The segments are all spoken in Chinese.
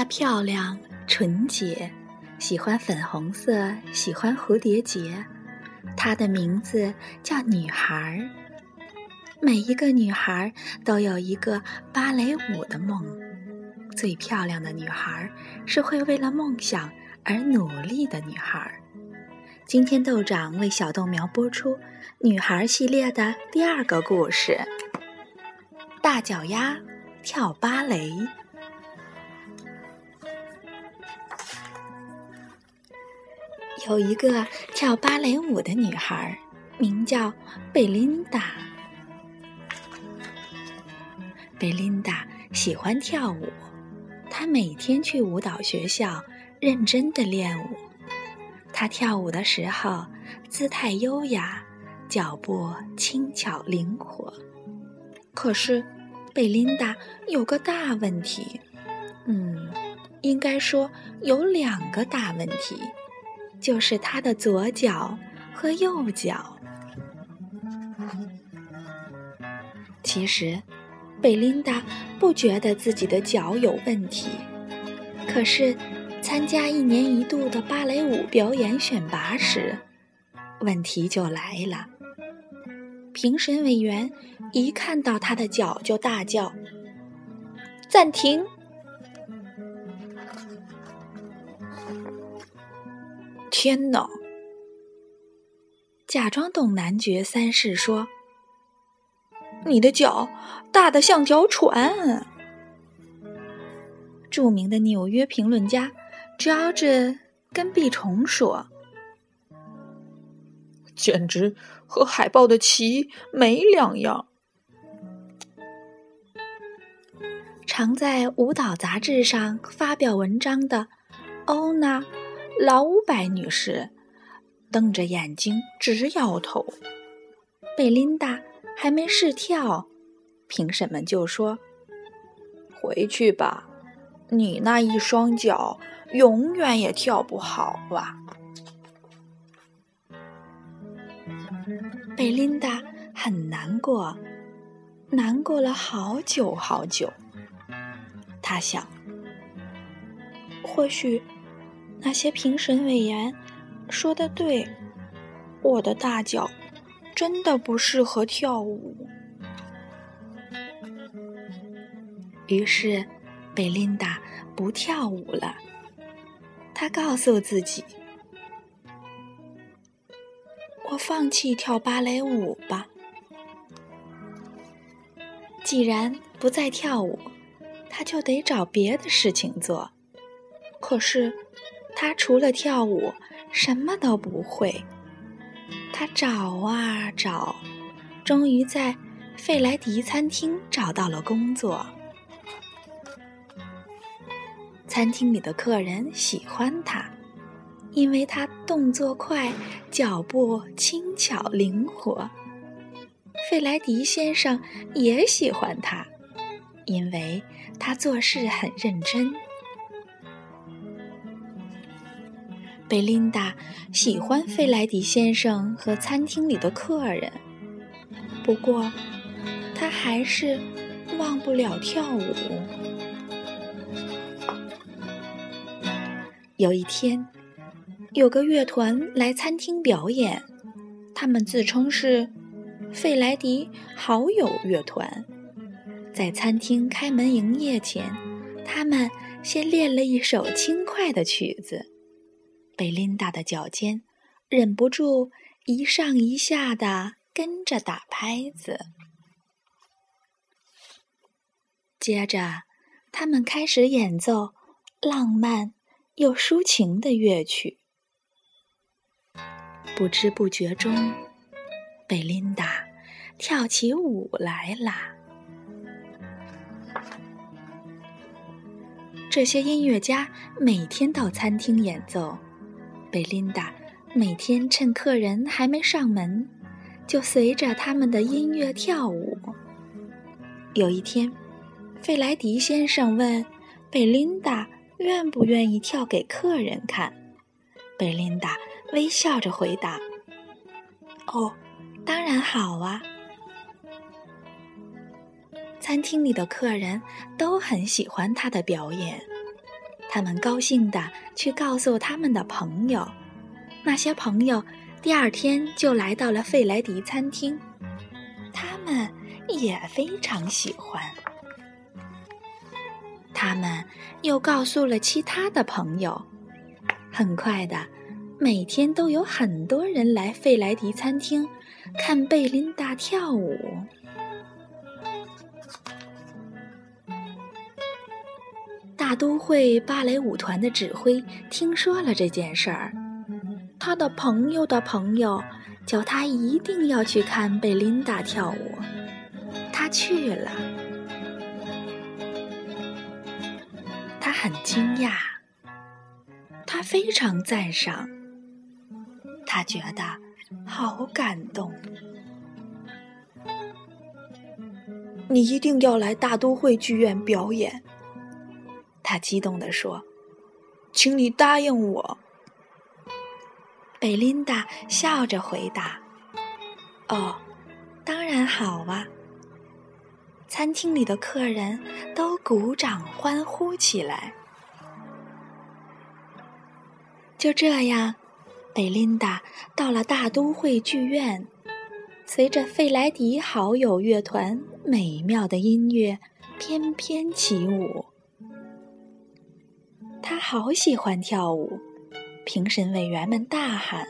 她漂亮、纯洁，喜欢粉红色，喜欢蝴蝶结。她的名字叫女孩。每一个女孩都有一个芭蕾舞的梦。最漂亮的女孩是会为了梦想而努力的女孩。今天豆长为小豆苗播出女孩系列的第2个故事：大脚丫跳芭蕾。有一个跳芭蕾舞的女孩，名叫贝琳达。贝琳达喜欢跳舞，她每天去舞蹈学校认真地练舞。她跳舞的时候姿态优雅，脚步轻巧灵活。可是贝琳达有个大问题，应该说有2个大问题，就是她的左脚和右脚。其实贝琳达不觉得自己的脚有问题，可是参加1年1度的芭蕾舞表演选拔时，问题就来了。评审委员一看到她的脚就大叫：“暂停！”天哪！假装懂男爵3世说：“你的脚大得像条船。”著名的纽约评论家George跟碧虫说：“ 简直和海豹的鳍没两样。” 常在舞蹈杂志上发表文章的欧娜·劳乌白女士瞪着眼睛直摇头。贝琳达还没试跳，评审们就说：“ 回去吧，你那一双脚永远也跳不好啊。” 贝琳达很难过，难过了好久好久。她想，或许那些评审委员说得对，我的大脚真的不适合跳舞。于是贝琳达不跳舞了。她告诉自己，我放弃跳芭蕾舞吧。既然不再跳舞，她就得找别的事情做。可是她除了跳舞什么都不会。她找啊找，终于在费莱迪餐厅找到了工作。餐厅里的客人喜欢她，因为她动作快，脚步轻巧灵活。费莱迪先生也喜欢她，因为她做事很认真。贝琳达喜欢费莱迪先生和餐厅里的客人，不过她还是忘不了跳舞。有一天，有个乐团来餐厅表演，他们自称是费莱迪好友乐团。在餐厅开门营业前，他们先练了一首轻快的曲子。贝琳达的脚尖忍不住一上一下地跟着打拍子。接着，他们开始演奏浪漫又抒情的乐曲。不知不觉中，贝琳达跳起舞来啦。这些音乐家每天到餐厅演奏，贝琳达每天趁客人还没上门，就随着他们的音乐跳舞。有一天，费莱迪先生问贝琳达愿不愿意跳给客人看。贝琳达微笑着回答：“哦，当然好啊。”餐厅里的客人都很喜欢她的表演。 他们高兴地去告诉他们的朋友，那些朋友第二天就来到了费莱迪餐厅，他们也非常喜欢。他们又告诉了其他的朋友，很快的，每天都有很多人来费莱迪餐厅看贝琳达跳舞。大都会芭蕾舞团的指挥听说了这件事儿，他的朋友的朋友叫他一定要去看贝琳达跳舞，他去了。他很惊讶，他非常赞赏，他觉得好感动。 你一定要来大都会剧院表演， 他激动地说， 请你答应我。 贝琳达笑着回答，哦，当然好啊。餐厅里的客人都鼓掌欢呼起来。就这样，贝琳达到了大都会剧院，随着费莱迪好友乐团美妙的音乐翩翩起舞。他好喜欢跳舞，评审委员们大喊，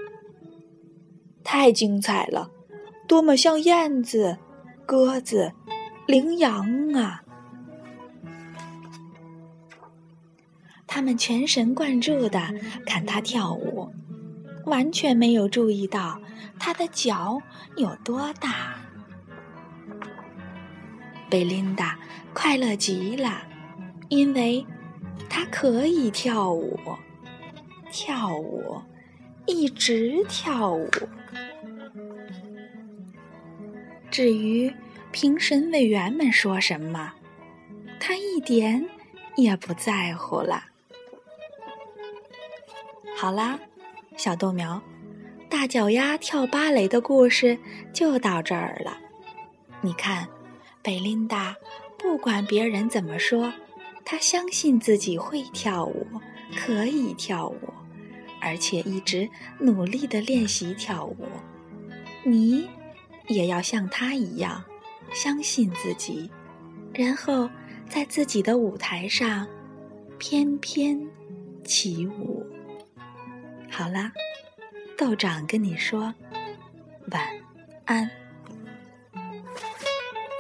太精彩了，多么像燕子、鸽子、羚羊啊！ 他们全神贯注地看他跳舞，完全没有注意到他的脚有多大。贝琳达快乐极了，因为她可以跳舞，跳舞，一直跳舞。至于评审委员们说什么，她一点也不在乎了。好啦，小豆苗，大脚丫跳芭蕾的故事就到这儿了。你看，贝琳达不管别人怎么说，她相信自己会跳舞，可以跳舞，而且一直努力地练习跳舞。你也要像她一样，相信自己，然后在自己的舞台上翩翩起舞。好啦，豆长跟你说晚安。